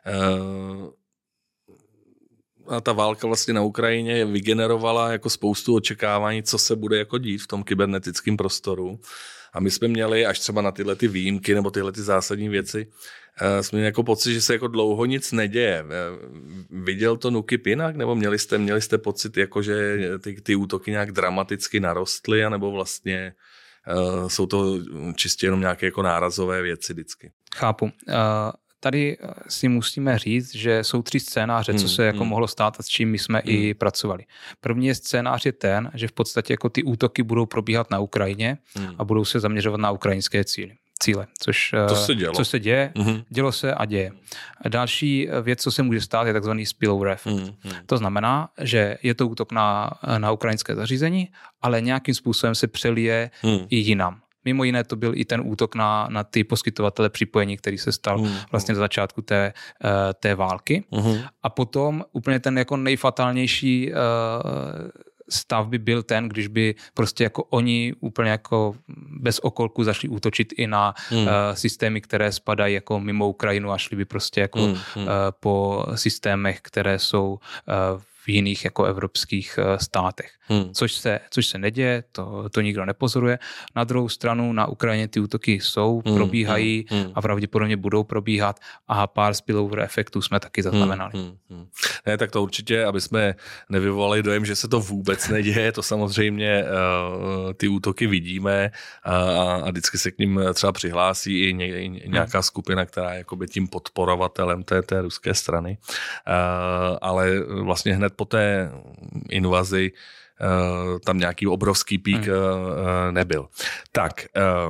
a ta válka vlastně na Ukrajině vygenerovala jako spoustu očekávání, co se bude jako dít v tom kybernetickém prostoru. A my jsme měli až třeba na tyhle ty výjimky nebo tyhle ty zásadní věci, jsme měli jako pocit, že se jako dlouho nic neděje. Viděl to NÚKIB jinak? Nebo měli jste pocit, jako, že ty útoky nějak dramaticky narostly, anebo vlastně jsou to čistě jenom nějaké jako nárazové věci vždycky? Chápu. Tady si musíme říct, že jsou 3 scénáře, co se jako mohlo stát a s čím my jsme i pracovali. První scénář je ten, že v podstatě jako ty útoky budou probíhat na Ukrajině a budou se zaměřovat na ukrajinské cíle, což se děje, dělo se a děje. Další věc, co se může stát, je takzvaný spillover effect. To znamená, že je to útok na ukrajinské zařízení, ale nějakým způsobem se přelije i jinam. Mimo jiné to byl i ten útok na ty poskytovatele připojení, který se stal vlastně na začátku té války. A potom úplně ten jako nejfatálnější stav by byl ten, když by prostě jako oni úplně jako bez okolku zašli útočit i na systémy, které spadají jako mimo Ukrajinu a šli by prostě jako po systémech, které jsou v jiných jako evropských státech. Což se neděje, to nikdo nepozoruje. Na druhou stranu na Ukrajině ty útoky jsou, probíhají a pravděpodobně budou probíhat a pár spillover efektů jsme taky zaznamenali. Ne, tak to určitě, aby jsme nevyvolali dojem, že se to vůbec neděje, to samozřejmě ty útoky vidíme a vždycky se k ním třeba přihlásí i nějaká skupina, která je jakoby tím podporovatelem té ruské strany. Ale vlastně hned po té invazi tam nějaký obrovský pík nebyl. Tak,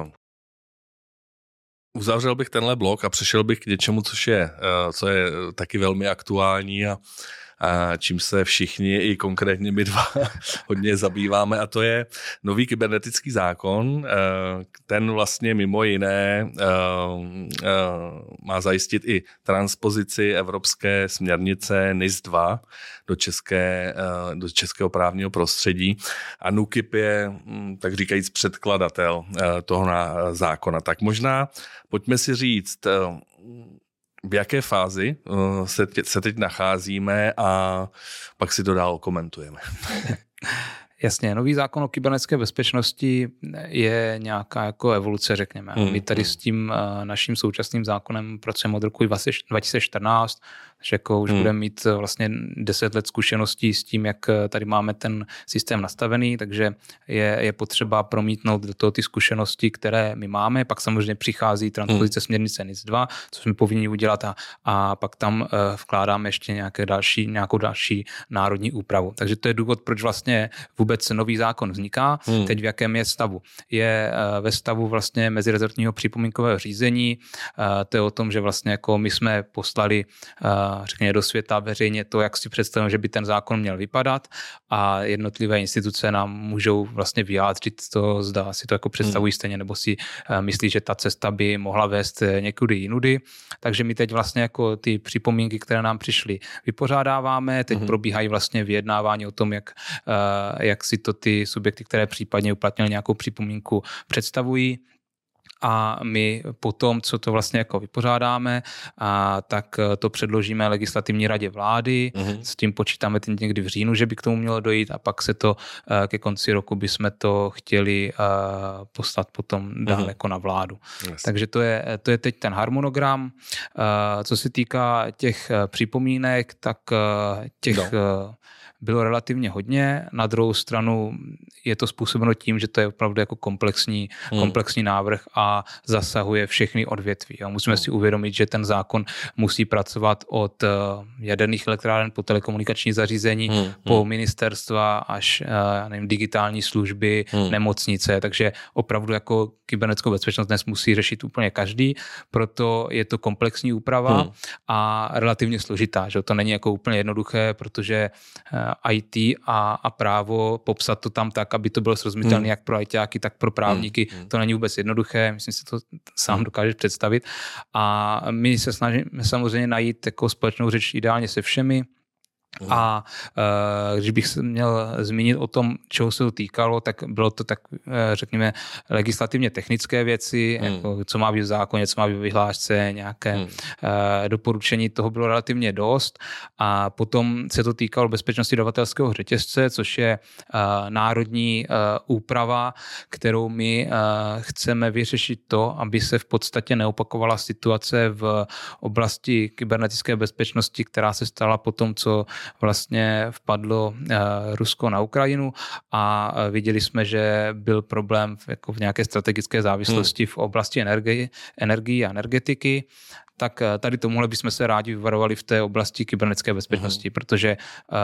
uzavřel bych tenhle blok a přešel bych k něčemu, co je taky velmi aktuální a čím se všichni, i konkrétně my dva, hodně zabýváme, a to je nový kybernetický zákon. Ten vlastně mimo jiné má zajistit i transpozici evropské směrnice NIS 2 do českého právního prostředí. A NÚKIB je, tak říkajíc, předkladatel toho zákona. Tak možná pojďme si říct, v jaké fázi se teď nacházíme a pak si to dál komentujeme. Jasně, nový zákon o kybernetické bezpečnosti je nějaká jako evoluce, řekněme. My tady s tím naším současným zákonem pracujeme od roku 2014, že jako už budeme mít vlastně 10 let zkušeností s tím, jak tady máme ten systém nastavený, takže je potřeba promítnout do toho ty zkušenosti, které my máme. Pak samozřejmě přichází transpozice směrnice NIS 2, co jsme povinni udělat a pak tam vkládáme ještě nějakou další národní úpravu. Takže to je důvod, proč vlastně vůbec nový zákon vzniká. Teď v jakém je stavu? Je ve stavu vlastně mezirezortního připomínkového řízení. To je o tom, že vlastně jako my jsme poslali řekněme do světa veřejně to, jak si představujeme, že by ten zákon měl vypadat a jednotlivé instituce nám můžou vlastně vyjádřit to, zda si to jako představují stejně, nebo si myslí, že ta cesta by mohla vést někudy jinudy. Takže my teď vlastně jako ty připomínky, které nám přišly, vypořádáváme. Teď probíhají vlastně vyjednávání o tom, jak si to ty subjekty, které případně uplatnily nějakou připomínku, představují. A my potom, co to vlastně jako vypořádáme, tak to předložíme legislativní radě vlády. S tím počítáme někdy v říjnu, že by k tomu mělo dojít a pak se to ke konci roku bychom to chtěli poslat potom dál jako na vládu. Takže to je teď ten harmonogram. Co se týká těch připomínek, tak těch bylo relativně hodně. Na druhou stranu je to způsobeno tím, že to je opravdu jako komplexní návrh a zasahuje všechny odvětví. A musíme si uvědomit, že ten zákon musí pracovat od jaderných elektráren po telekomunikační zařízení, po ministerstva až digitální služby, nemocnice. Takže opravdu jako kybernetickou bezpečnost dnes musí řešit úplně každý. Proto je to komplexní úprava a relativně složitá. Že? To není jako úplně jednoduché, protože IT a právo popsat to tam tak, aby to bylo srozumitelné jak pro ITáky, tak pro právníky. To není vůbec jednoduché, myslím si, to sám dokážeš představit. A my se snažíme samozřejmě najít jako společnou řeč ideálně se všemi. A když bych se měl zmínit o tom, čeho se to týkalo, tak bylo to tak, řekněme, legislativně technické věci, jako co má být v zákoně, co má být v vyhlášce, nějaké doporučení, toho bylo relativně dost. A potom se to týkalo bezpečnosti dodavatelského řetězce, což je národní úprava, kterou my chceme vyřešit to, aby se v podstatě neopakovala situace v oblasti kybernetické bezpečnosti, která se stala po tom, co vlastně vpadlo Rusko na Ukrajinu a viděli jsme, že byl problém jako v nějaké strategické závislosti v oblasti energií a energetiky. Tak tady tomuhle bychom se rádi vyvarovali v té oblasti kybernetické bezpečnosti, protože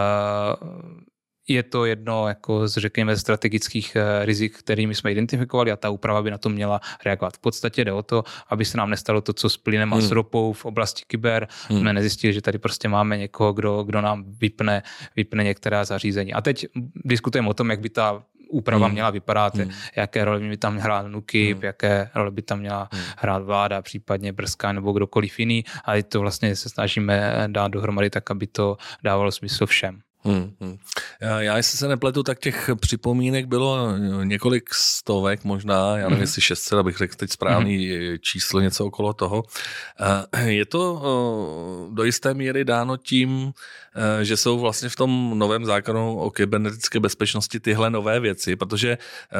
je to jedno jako z, řekněme, strategických rizik, kterými jsme identifikovali a ta úprava by na to měla reagovat. V podstatě jde o to, aby se nám nestalo to, co s plynem a s ropou v oblasti kyber. Jsme nezjistili, že tady prostě máme někoho, kdo nám vypne některá zařízení. A teď diskutujeme o tom, jak by ta úprava měla vypadat, jaké role by tam hrát NÚKIB, jaké role by tam měla hrát vláda, případně Brzka nebo kdokoliv jiný. A to vlastně se snažíme dát dohromady tak, aby to dávalo smysl všem. Já, jestli se nepletu, tak těch připomínek bylo několik stovek možná, já nevím, jestli 600, abych řekl teď správný číslo, něco okolo toho. Je to do jisté míry dáno tím, že jsou vlastně v tom novém zákonu o kybernetické bezpečnosti tyhle nové věci, protože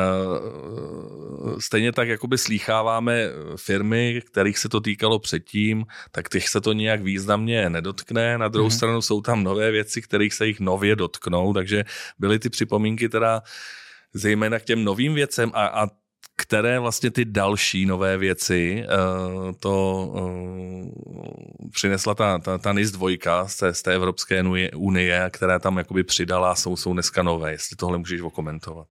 stejně tak jakoby slýcháváme firmy, kterých se to týkalo předtím, tak těch se to nějak významně nedotkne. Na druhou stranu jsou tam nové věci, kterých se jich nově dotknou, takže byly ty připomínky teda zejména k těm novým věcem a které vlastně ty další nové věci přinesla ta NIS 2 z té Evropské unie, která tam jakoby přidala, jsou dneska nové, jestli tohle můžeš okomentovat.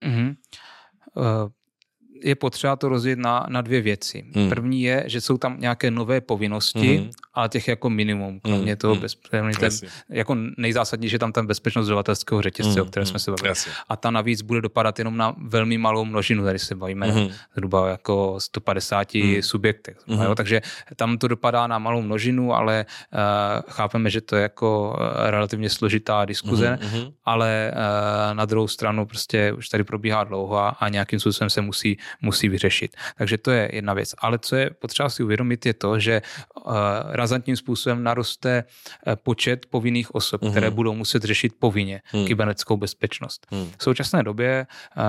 Je potřeba to rozdělit na dvě věci. První je, že jsou tam nějaké nové povinnosti, ale těch jako minimum. Kromě toho jako nejzásadnější, že tam bezpečnost dodavatelského řetězce, o které jsme se bavili. A ta navíc bude dopadat jenom na velmi malou množinu, tady se bavíme zhruba jako 150 subjektech. Takže tam to dopadá na malou množinu, ale chápeme, že to je jako relativně složitá diskuze, ale na druhou stranu prostě už tady probíhá dlouho a nějakým způsobem se musí vyřešit. Takže to je jedna věc. Ale co je potřeba si uvědomit, je to, že razantním způsobem naroste počet povinných osob, které budou muset řešit povinně kybernetickou bezpečnost. V současné době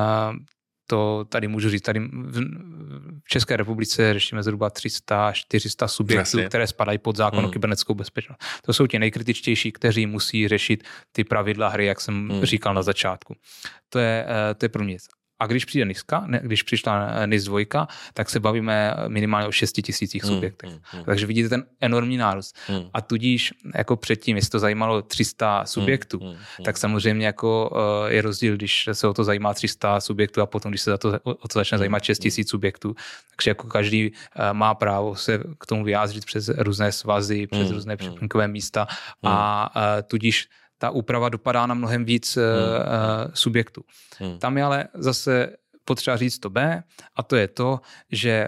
to tady můžu říct, tady v České republice řešíme zhruba 300-400 subjektů, které spadají pod zákon o kybernetickou bezpečnost. To jsou ti nejkritičtější, kteří musí řešit ty pravidla hry, jak jsem říkal na začátku. To je první věc. A když přišla NIS 2, tak se bavíme minimálně o 6 000 subjektech. Takže vidíte ten enormní nárůst. A tudíž jako předtím, jestli to zajímalo 300 subjektů, tak samozřejmě jako je rozdíl, když se o to zajímá 300 subjektů a potom, když se o to začne zajímat 6 000 subjektů. Takže jako každý má právo se k tomu vyjádřit přes různé svazy, přes různé připomínkové místa a tudíž ta úprava dopadá na mnohem víc subjektů. Tam je ale zase potřeba říct to B, a to je to, že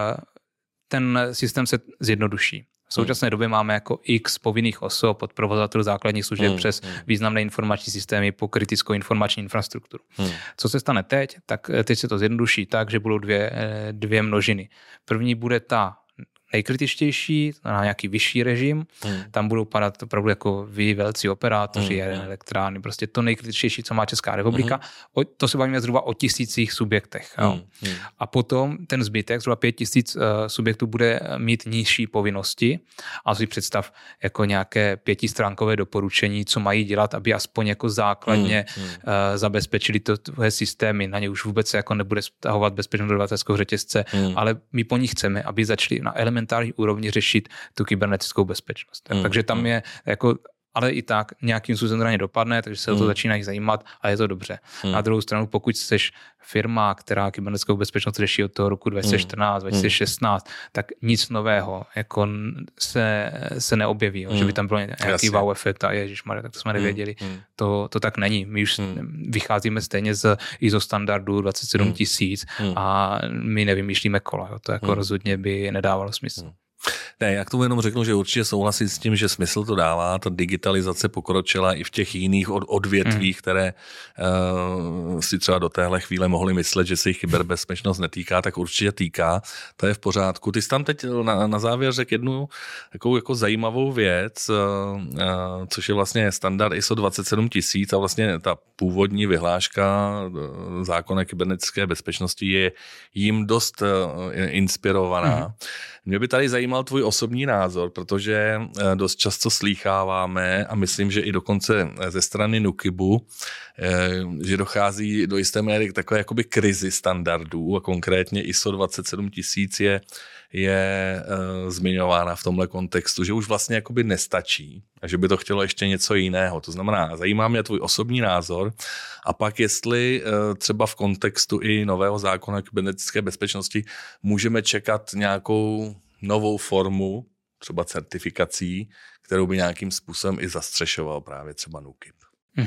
ten systém se zjednoduší. V současné době máme jako x povinných osob od provozovatelů základních služeb přes významné informační systémy po kritickou informační infrastrukturu. Co se stane teď? Tak teď se to zjednoduší tak, že budou dvě množiny. První bude ta nejkritičtější, na nějaký vyšší režim, tam budou padat opravdu jako velcí operátoři, elektrárny, prostě to nejkritičtější, co má Česká republika. To se bavíme zhruba o 1000 subjektech. A potom ten zbytek, zhruba 5000 subjektů, bude mít nižší povinnosti. A si představ jako nějaké 5stránkové doporučení, co mají dělat, aby aspoň jako základně zabezpečili tvoje systémy. Na ně už vůbec se jako nebude vztahovat bezpečnost dodavatelského řetězce, ale my po nich chceme, aby začali na elementární úrovni řešit tu kybernetickou bezpečnost. Takže tam je jako, ale i tak nějakým způsobem to na ně dopadne, takže se o to začínají zajímat a je to dobře. Na druhou stranu, pokud jsi firma, která kybernetickou bezpečnost řeší od toho roku 2014, 2016, tak nic nového jako se neobjeví, že by tam byl nějaký wow efekt a ježišmarja, tak to jsme nevěděli. To tak není. My už vycházíme stejně z ISO standardu 27000 a my nevymýšlíme kola. To jako rozhodně by nedávalo smysl. Ne, já k tomu jenom řeknu, že určitě souhlasím s tím, že smysl to dává, ta digitalizace pokročila i v těch jiných odvětvích, které si třeba do téhle chvíle mohli myslet, že se jich kyberbezpečnost netýká, tak určitě týká, to je v pořádku. Ty jsi tam teď na závěr řekl jednu takovou jako zajímavou věc, což je vlastně standard ISO 27000 a vlastně ta původní vyhláška zákona kybernetické bezpečnosti je jim dost inspirovaná. Mě by tady zajímal tvůj osobní názor, protože dost často slýcháváme a myslím, že i dokonce ze strany NÚKIBu, že dochází do jisté míry k takové jakoby krizi standardů a konkrétně ISO 27000 je zmiňována v tomhle kontextu, že už vlastně jakoby nestačí a že by to chtělo ještě něco jiného. To znamená, zajímá mě tvůj osobní názor a pak jestli třeba v kontextu i nového zákona kybernetické bezpečnosti můžeme čekat nějakou novou formu, třeba certifikací, kterou by nějakým způsobem i zastřešoval právě třeba NÚKIB.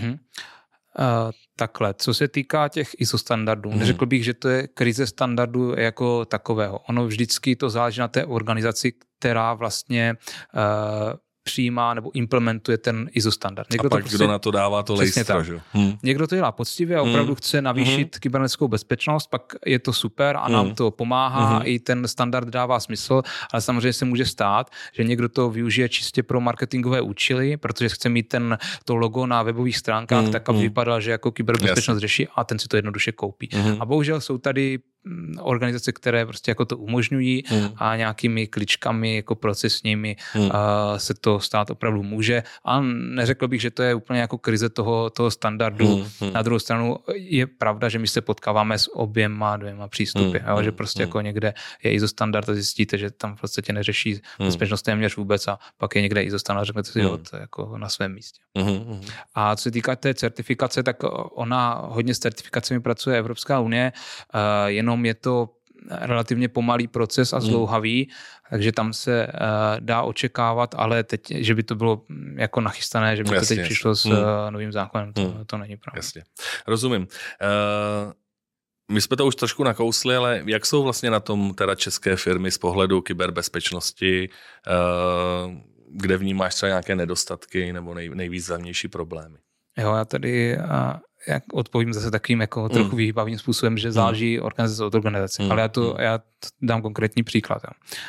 Takhle, co se týká těch ISO standardů, neřekl bych, že to je krize standardu jako takového. Ono vždycky to záleží na té organizaci, která vlastně přijímá nebo implementuje ten ISO standard. Někdo a pak kdo na to dává to lejstro, že? Někdo to dělá poctivě a opravdu chce navýšit kybernetickou bezpečnost, pak je to super a nám to pomáhá, i ten standard dává smysl, ale samozřejmě se může stát, že někdo to využije čistě pro marketingové účely, protože chce mít to logo na webových stránkách tak, aby vypadalo, že jako kyberbezpečnost řeší a ten si to jednoduše koupí. A bohužel jsou tady organizace, které prostě jako to umožňují a nějakými kličkami jako procesními se to stát opravdu může. A neřekl bych, že to je úplně jako krize toho standardu. Na druhou stranu je pravda, že my se potkáváme s dvěma přístupy, že prostě jako někde je ISO standard a zjistíte, že tam v podstatě neřeší bezpečnost téměř vůbec a pak je někde ISO standard, řeknete si, to je jako na svém místě. A co se týká té certifikace, tak ona hodně s certifikacemi pracuje Evropská unie, jenom je to relativně pomalý proces a zdlouhavý, takže tam se dá očekávat, ale teď, že by to bylo jako nachystané, že by to teď přišlo s novým zákonem, to není pravda. Jasně, rozumím. My jsme to už trošku nakousli, ale jak jsou vlastně na tom teda české firmy z pohledu kyberbezpečnosti, kde vnímáš třeba nějaké nedostatky nebo nejvýznamnější problémy? Jo, já tady jak odpovím zase takým jako trochu vyhýbavým způsobem, že záleží organizace od organizace. Ale já dám konkrétní příklad.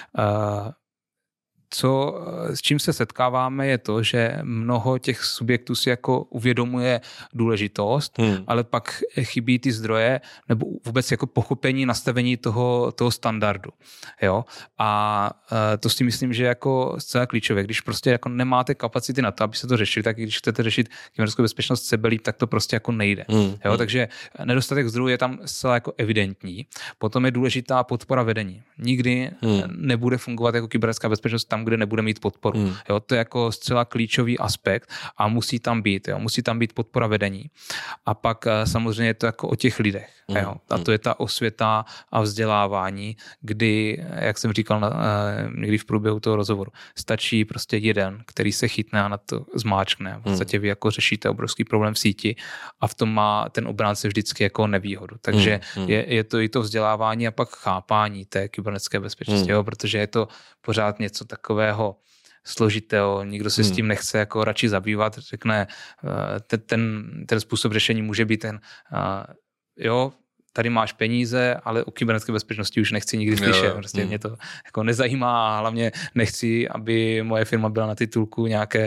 S čím se setkáváme, je to, že mnoho těch subjektů si jako uvědomuje důležitost, ale pak chybí ty zdroje nebo vůbec jako pochopení nastavení toho standardu. Jo? A to si myslím, že jako zcela klíčové. Když prostě jako nemáte kapacity na to, aby se to řešili, tak když chcete řešit kybernetickou bezpečnost sebelíp, tak to prostě jako nejde. Jo? Takže nedostatek zdrojů je tam zcela jako evidentní. Potom je důležitá podpora vedení. Nikdy nebude fungovat jako kybernetická bezpečnost tam, kde nebude mít podporu. Jo, to je jako zcela klíčový aspekt a musí tam být. Jo, musí tam být podpora vedení. A pak samozřejmě je to jako o těch lidech. Jo, a to je ta osvěta a vzdělávání, kdy, jak jsem říkal někdy v průběhu toho rozhovoru, stačí prostě jeden, který se chytne a na to zmáčkne. V podstatě vy jako řešíte obrovský problém v síti a v tom má ten obránce vždycky jako nevýhodu. Takže je to i to vzdělávání a pak chápání té kybernetické bezpečnosti, jo, protože je to pořád něco takového složitého, nikdo se s tím nechce jako radši zabývat, řekne, ten způsob řešení může být jo, tady máš peníze, ale o kybernetické bezpečnosti už nechci nikdy slyšet. Prostě mě to jako nezajímá a hlavně nechci, aby moje firma byla na titulku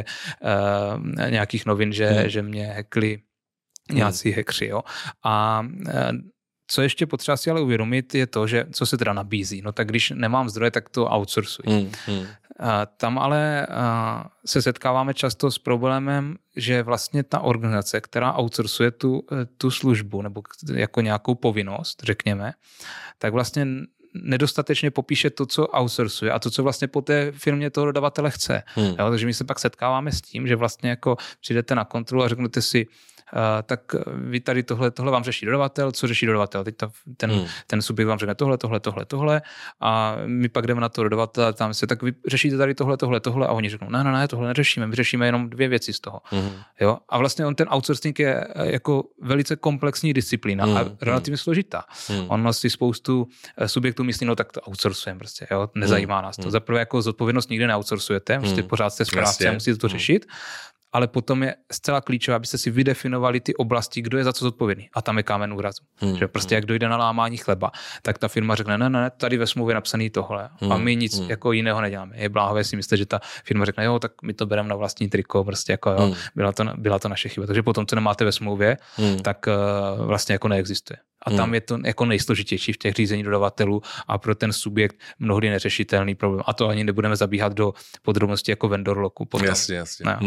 nějakých novin, že mě hackli nějací hackři. Jo. A co ještě potřeba si ale uvědomit, je to, že co se teda nabízí. No tak když nemám zdroje, tak to outsourcuji. Tam ale se setkáváme často s problémem, že vlastně ta organizace, která outsourcuje tu službu nebo jako nějakou povinnost, řekněme, tak vlastně nedostatečně popíše to, co outsourcuje a to, co vlastně po té firmě toho dodavatele chce. Jo, takže my se pak setkáváme s tím, že vlastně jako přijdete na kontrolu a řeknete si, tak vy tady tohle vám řeší dodavatel, co řeší dodavatel? Teď ten subjekt vám řekne tohle a my pak jdeme na to dodavatele, tam se, tak vy řešíte tady tohle a oni řeknou, ne, tohle neřešíme, my řešíme jenom 2 věci z toho. Jo? A vlastně ten outsourcing je jako velice komplexní disciplína a relativně složitá. On si spoustu subjektů myslí, no tak to outsourcujeme prostě, jo? Nezajímá nás to. Zaprvé jako zodpovědnost nikdy neoutsourcujete, prostě pořád jste správce a musíte to řešit. Ale potom je zcela klíčové, abyste si vydefinovali ty oblasti, kdo je za co zodpovědný. A tam je kámen úrazu. Že prostě jak dojde na lámání chleba, tak ta firma řekne, ne, tady ve smlouvě napsaný tohle. A my nic jako jiného neděláme. Je bláhové si myslíte, že ta firma řekne, jo, tak my to bereme na vlastní triko, prostě jako jo, byla to naše chyba. Takže potom, co nemáte ve smlouvě, tak vlastně jako neexistuje. A tam je to jako nejsložitější v těch řízení dodavatelů a pro ten subjekt mnohdy neřešitelný problém. A to ani nebudeme zabíhat do podrobností jako vendor locku. Jasně.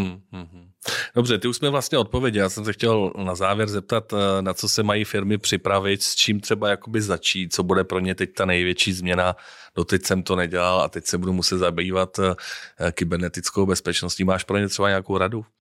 Dobře, ty už jsme vlastně odpověděl. Já jsem se chtěl na závěr zeptat, na co se mají firmy připravit, s čím třeba jakoby začít, co bude pro ně teď ta největší změna. Doteď jsem to nedělal a teď se budu muset zabývat kybernetickou bezpečností. Máš pro ně třeba nějakou radu?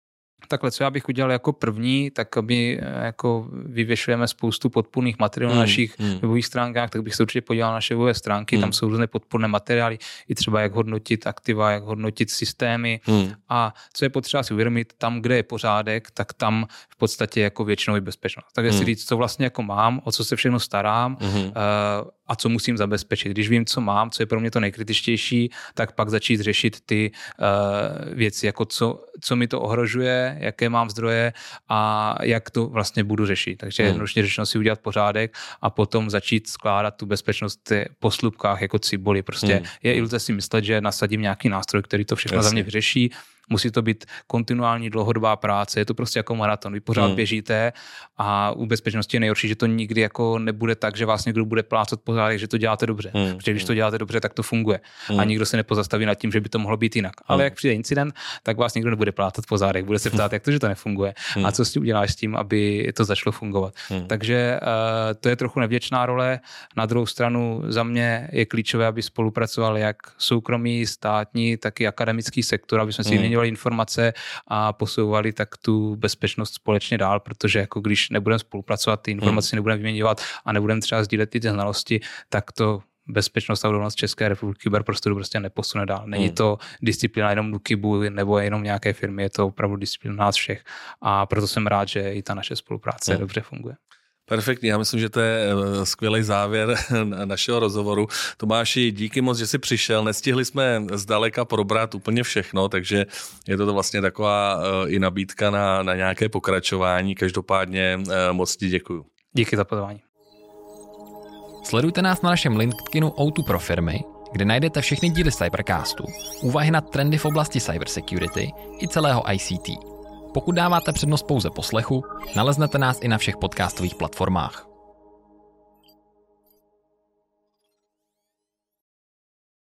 Takhle, co já bych udělal jako první, tak aby jako vyvěšujeme spoustu podpůrných materiálů na našich webových stránkách, tak bych se určitě podíval na naše webové stránky, tam jsou různé podpůrné materiály, i třeba jak hodnotit aktiva, jak hodnotit systémy a co je potřeba si uvědomit, tam, kde je pořádek, tak tam v podstatě jako většinou je bezpečnost. Takže si říct, co vlastně jako mám, o co se všechno starám a co musím zabezpečit. Když vím, co mám, co je pro mě to nejkritičtější, tak pak začít řešit ty věci, jako co mi to ohrožuje, jaké mám zdroje a jak to vlastně budu řešit. Takže jednoduše řešeno si udělat pořádek a potom začít skládat tu bezpečnost po slupkách jako cibuli. Prostě je iluze si myslet, že nasadím nějaký nástroj, který to všechno za mě vyřeší. Musí to být kontinuální dlouhodobá práce, je to prostě jako maraton, vy pořád běžíte a u bezpečnosti je nejhorší, že to nikdy jako nebude tak, že vás někdo bude plácat pořádek, že to děláte dobře. Protože když to děláte dobře, tak to funguje. A nikdo se nepozastaví nad tím, že by to mohlo být jinak. Ale jak přijde incident, tak vás nikdo nebude plácat pořádek, bude se ptát, jak to, že to nefunguje a co si uděláš s tím, aby to začalo fungovat. Takže to je trochu nevděčná role. Na druhou stranu za mě je klíčové, aby spolupracoval jak soukromý, státní, tak i akademický sektor, aby jsme si vyměňovali informace a posouvali tak tu bezpečnost společně dál, protože jako když nebudeme spolupracovat, ty informace nebudeme vyměňovat a nebudeme třeba sdílet ty znalosti, tak to bezpečnost a odolnost České republiky kyberprostoru prostě neposune dál. Není to disciplína jenom NÚKIBu nebo jenom nějaké firmy, je to opravdu disciplína nás všech a proto jsem rád, že i ta naše spolupráce dobře funguje. Perfektní, já myslím, že to je skvělý závěr našeho rozhovoru. Tomáši, díky moc, že jsi přišel. Nestihli jsme zdaleka probrat úplně všechno, takže je to vlastně taková i nabídka na nějaké pokračování. Každopádně moc ti děkuju. Díky za pozvání. Sledujte nás na našem LinkedInu O2 pro firmy, kde najdete všechny díly Cybercastu, úvahy nad trendy v oblasti cybersecurity i celého ICT. Pokud dáváte přednost pouze poslechu, naleznete nás i na všech podcastových platformách.